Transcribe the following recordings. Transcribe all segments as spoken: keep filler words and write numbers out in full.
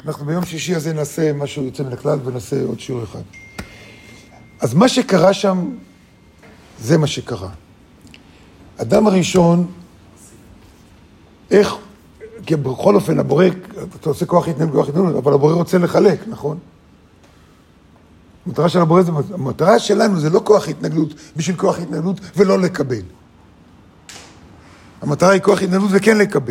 אנחנו ביום שישי הזה נעשה משהו יוצא מן הכלל ונעשה עוד שיעור אחד. אז מה שקרה שם, זה מה שקרה. אדם הראשון, איך, כי בכל אופן הבורא, אתה עושה כוח התנהלות, כוח התנהלות, אבל הבורא רוצה לחלק, נכון? המטרה של הבורא זה, המטרה שלנו זה לא כוח התנגלות בשביל כוח התנגלות ולא לקבל. המטרה היא כוח התנגלות וכן לקבל.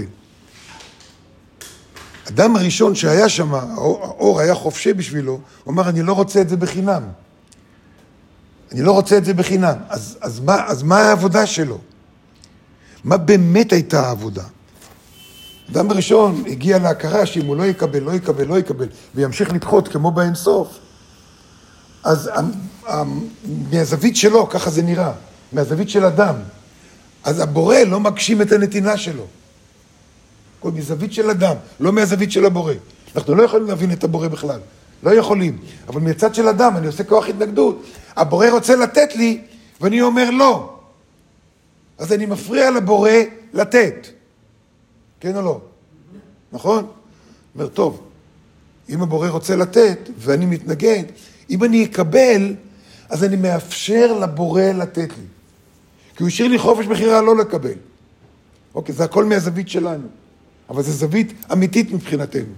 אדם הראשון שהיה שם, האור היה חופשי בשבילו, הוא אמר, אני לא רוצה את זה בחינם. אני לא רוצה את זה בחינם. אז, אז, מה, אז מה העבודה שלו? מה באמת הייתה העבודה? אדם הראשון הגיע להכרה שאם הוא לא יקבל, לא יקבל, לא יקבל, וימשיך לדחות כמו באינסוף, אז מהזווית שלו, ככה זה נראה, מהזווית של אדם, אז הבורא לא מגשים את הנתינה שלו. כל מזווית של אדם, לא מהזווית של הבורא. אנחנו לא יכולים להבין את הבורא בכלל, לא יכולים. אבל מצד של אדם, אני עושה כוח התנגדות. הבורא רוצה לתת לי, ואני אומר לא. אז אני מפריע לבורא לתת. כן או לא? נכון? אומר, טוב, אם הבורא רוצה לתת, ואני מתנגד, אם אני אקבל, אז אני מאפשר לבורא לתת לי. כי הוא השאיר לי חופש בחירה לא לקבל. אוקיי, זה הכל מהזווית שלנו. אבל זה זווית אמיתית מבחינתנו.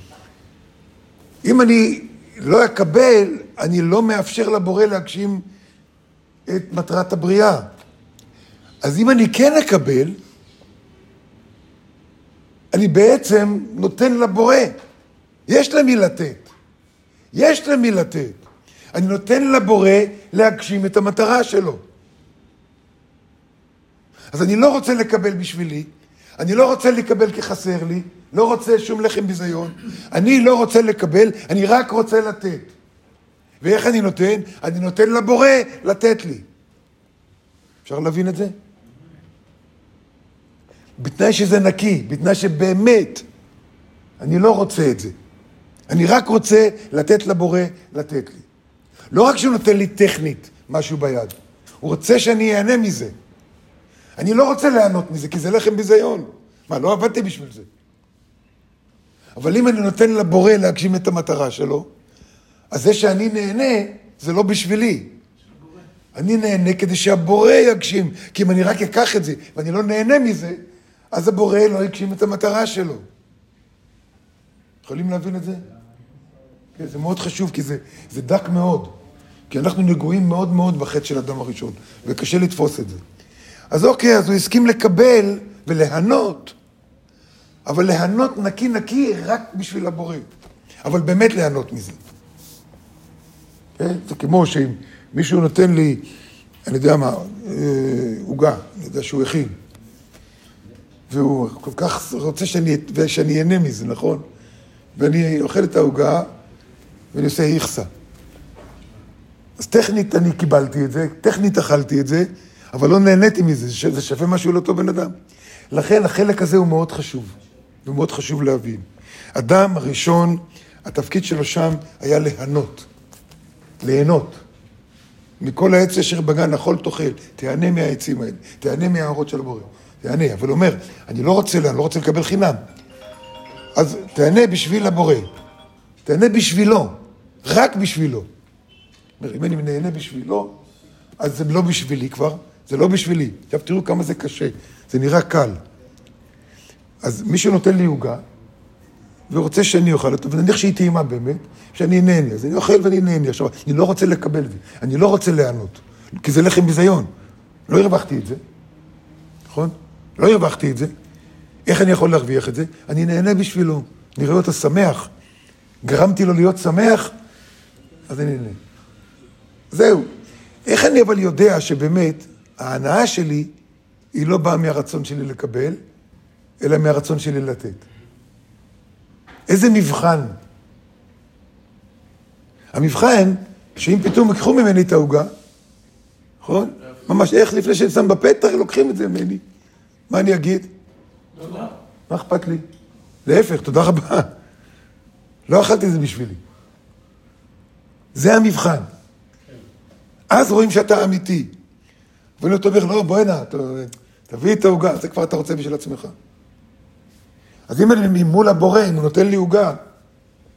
אם אני לא אקבל, אני לא מאפשר לבורא להגשים את מטרת הבריאה. אז אם אני כן אקבל, אני בעצם נותן לבורא. יש למי לתת. יש למי לתת. אני נותן לבורא להגשים את המטרה שלו. אז אני לא רוצה לקבל בשבילי, אני לא רוצה לקבל כי חסר לי, לא רוצה שום לחם ביזיון, אני לא רוצה לקבל, אני רק רוצה לתת. ואיך אני נותן? אני נותן לבורא לתת לי. אפשר להבין את זה? בתנאי שזה נקי, בתנאי שבאמת אני לא רוצה את זה. אני רק רוצה לתת לבורא לתת לי. לא רק שהוא נותן לי טכנית משהו ביד, הוא רוצה שאני אענה מזה. אני לא רוצה לענות מזה, כי זה לחם ביזיון. מה, לא עבדתי בשביל זה. אבל אם אני נותן לבורא להגשים את המטרה שלו, אז זה שאני נהנה, זה לא בשבילי. אני נהנה כדי שהבורא יגשים, כי אם אני רק אקח את זה, ואני לא נהנה מזה, אז הבורא לא יגשים את המטרה שלו. יכולים להבין את זה? כן, זה מאוד חשוב, כי זה, זה דק מאוד. כי אנחנו נגועים מאוד מאוד בחטא של אדם הראשון, וקשה לתפוס את זה. אז אוקיי, אז הוא הסכים לקבל וליהנות, אבל ליהנות נקי נקי רק בשביל הבורא. אבל באמת ליהנות מזה. כן? זה כמו שאם מישהו נותן לי, אני יודע מה, עוגה, אני יודע שהוא הכין, והוא כל כך רוצה שאני, שאני אהנה מזה, נכון? ואני אוכל את העוגה, ואני עושה איכסה. אז טכנית אני קיבלתי את זה, טכנית אכלתי את זה, אבל לא נהניתי מזה, זה שווה משהו לאותו בן אדם. לכן החלק הזה הוא מאוד חשוב, הוא מאוד חשוב להבין. אדם הראשון, התפקיד שלו שם היה ליהנות, ליהנות. מכל העץ אשר בגן אכול תאכל, תיהנה מהעצים האלה, תיהנה מהערות של הבורא, תיהנה. אבל הוא אומר, אני לא רוצה, אני לא רוצה לקבל חינם. אז תיהנה בשביל הבורא, תיהנה בשבילו, רק בשבילו. אומר, אם אני נהנה בשבילו, אז זה לא בשבילי כבר, זה לא בשבילי. עכשיו תראו כמה זה קשה, זה נראה קל. אז מישהו נותן לי עוגה, ורוצה שאני אוכל אותו, ונניח שהיא טעימה באמת, שאני נהנה, אז אני אוכל ואני נהנה. עכשיו, אני לא רוצה לקבל את זה, אני לא רוצה לענות, כי זה לחם ביזיון. לא הרווחתי את זה, נכון? לא הרווחתי את זה. איך אני יכול להרוויח את זה? אני נהנה בשבילו, נראה אותו שמח. גרמתי לו להיות שמח, אז אני נהנה. זהו. איך אני אבל יודע שבאמת ההנאה שלי היא לא באה מהרצון שלי לקבל, אלא מהרצון שלי לתת? איזה מבחן? המבחן שאם פתאום לקחו ממני את העוגה, נכון? ממש איך לפני שאני שם בפתח לוקחים את זה ממני. מה אני אגיד? תודה. מה אכפת לי? להפך, תודה רבה. לא אכלתי את זה בשבילי. זה המבחן. אז רואים שאתה אמיתי. ואני אומר, לא, בוא הנה, תביא את העוגה, זה כבר אתה רוצה בשביל עצמך. אז אם אני מול הבורא, אם הוא נותן לי עוגה,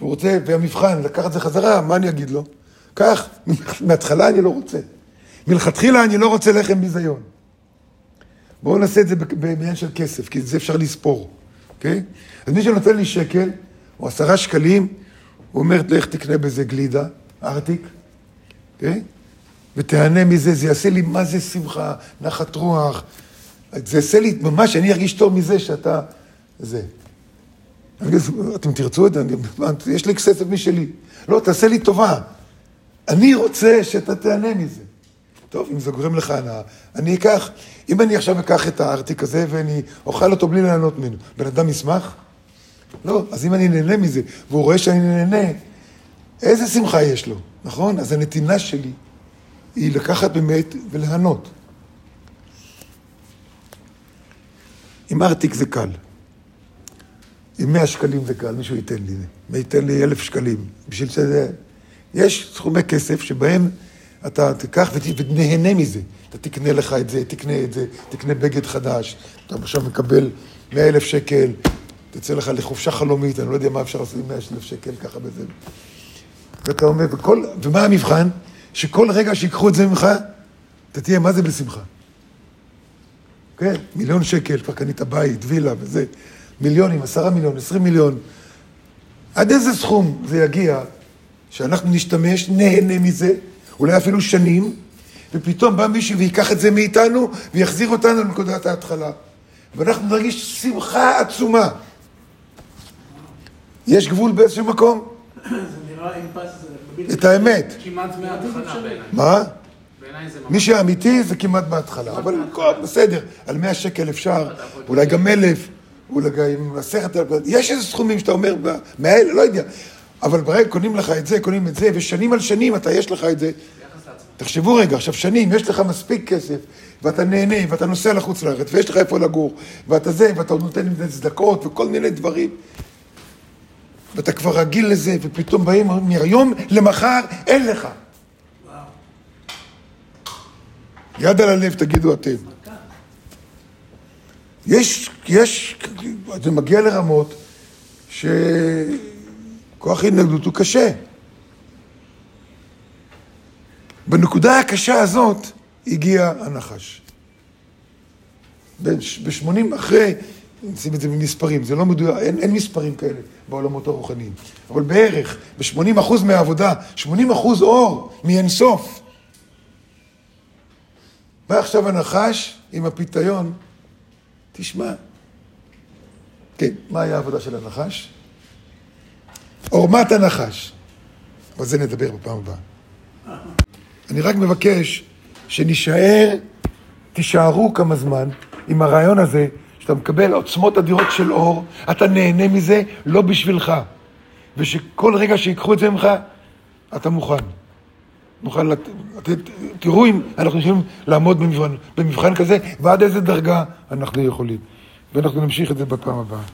הוא רוצה, והמבחן, לקחת את זה חזרה, מה אני אגיד לו? כך, מההתחלה אני לא רוצה. מלכתחילה אני לא רוצה לחם ביזיון. בואו נעשה את זה בעניין של כסף, כי זה אפשר לספור, אוקיי? אז מי שנותן לי שקל, או עשרה שקלים, הוא אומר, לך תקנה בזה גלידה, ארטיק, אוקיי? ותענה מזה, זה יעשה לי מה זה שמחה, נחת רוח. זה יעשה לי ממש, אני ארגיש טוב מזה שאתה, זה. אתם תרצו את זה, יש לי כסף משלי. לא, תעשה לי טובה. אני רוצה שאתה תענה מזה. טוב, אם זה גורם לך הנאה, אני אקח, אם אני עכשיו אקח את הארטיק הזה ואני אוכל אותו בלי לענות ממנו, בן אדם ישמח? לא, אז אם אני נהנה מזה, והוא רואה שאני נהנה, איזה שמחה יש לו, נכון? אז הנתינה שלי היא לקחת באמת ולהנות. עם ארטיק זה קל. עם מאה שקלים זה קל, מישהו ייתן לי. מי ייתן לי אלף שקלים. בשביל שזה... יש סכומי כסף שבהם אתה תיקח ותנהנה מזה. אתה תקנה לך את זה, תקנה את זה, תקנה בגד חדש. אתה עכשיו מקבל מאה אלף שקל, תצא לך לחופשה חלומית, אני לא יודע מה אפשר לעשות עם מאה אלף שקל ככה בזה. ואתה אומר, וכל... ומה המבחן? שכל רגע שיקחו את זה ממך, אתה תהיה מה זה בשמחה. כן? מיליון שקל, כבר קנית בית, וילה וזה. מיליונים, עשרה מיליון, עשרים מיליון. עד איזה סכום זה יגיע שאנחנו נשתמש, נהנה מזה, אולי אפילו שנים, ופתאום בא מישהו ויקח את זה מאיתנו ויחזיר אותנו לנקודת ההתחלה. ואנחנו נרגיש שמחה עצומה. יש גבול באיזשהו מקום? זה נראה אימפס. את האמת. כמעט מההתחלה בעיניי. מה? בעיניי זה ממש... מי שאמיתי זה כמעט בהתחלה, אבל בסדר, על מאה שקל אפשר, אולי גם אלף, אולי גם עשרת, יש איזה סכומים שאתה אומר, מהאל, לא יודע, אבל ברגע קונים לך את זה, קונים את זה, ושנים על שנים אתה יש לך את זה. תחשבו רגע, עכשיו שנים, יש לך מספיק כסף, ואתה נהנה, ואתה נוסע לחוץ לארץ, ויש לך איפה לגור, ואתה זה, ואתה נותן עם זה צדקות, וכל מיני דברים. ואתה כבר רגיל לזה, ופתאום באים, מהיום למחר, אין לך. יד על הלב, תגידו אתם. יש, יש, זה מגיע לרמות שכוח ההתנגדות הוא קשה. בנקודה הקשה הזאת הגיע הנחש. ב-שמונים אחרי, נשים את זה במספרים, זה לא מדויק, אין, אין מספרים כאלה בעולמות הרוחניים. אבל בערך, ב-שמונים אחוז מהעבודה, שמונים אחוז אור מאינסוף. ועכשיו הנחש עם הפיתיון, תשמע. כן, מה היה העבודה של הנחש? עורמת הנחש. אבל זה נדבר בפעם הבאה. אני רק מבקש שנשאר, תישארו כמה זמן עם הרעיון הזה, שאתה מקבל עוצמות אדירות של אור, אתה נהנה מזה, לא בשבילך. ושכל רגע שיקחו את זה ממך, אתה מוכן. מוכן, לת... תראו אם אנחנו יכולים לעמוד במבחן, במבחן כזה, ועד איזה דרגה אנחנו יכולים. ואנחנו נמשיך את זה בפעם הבאה.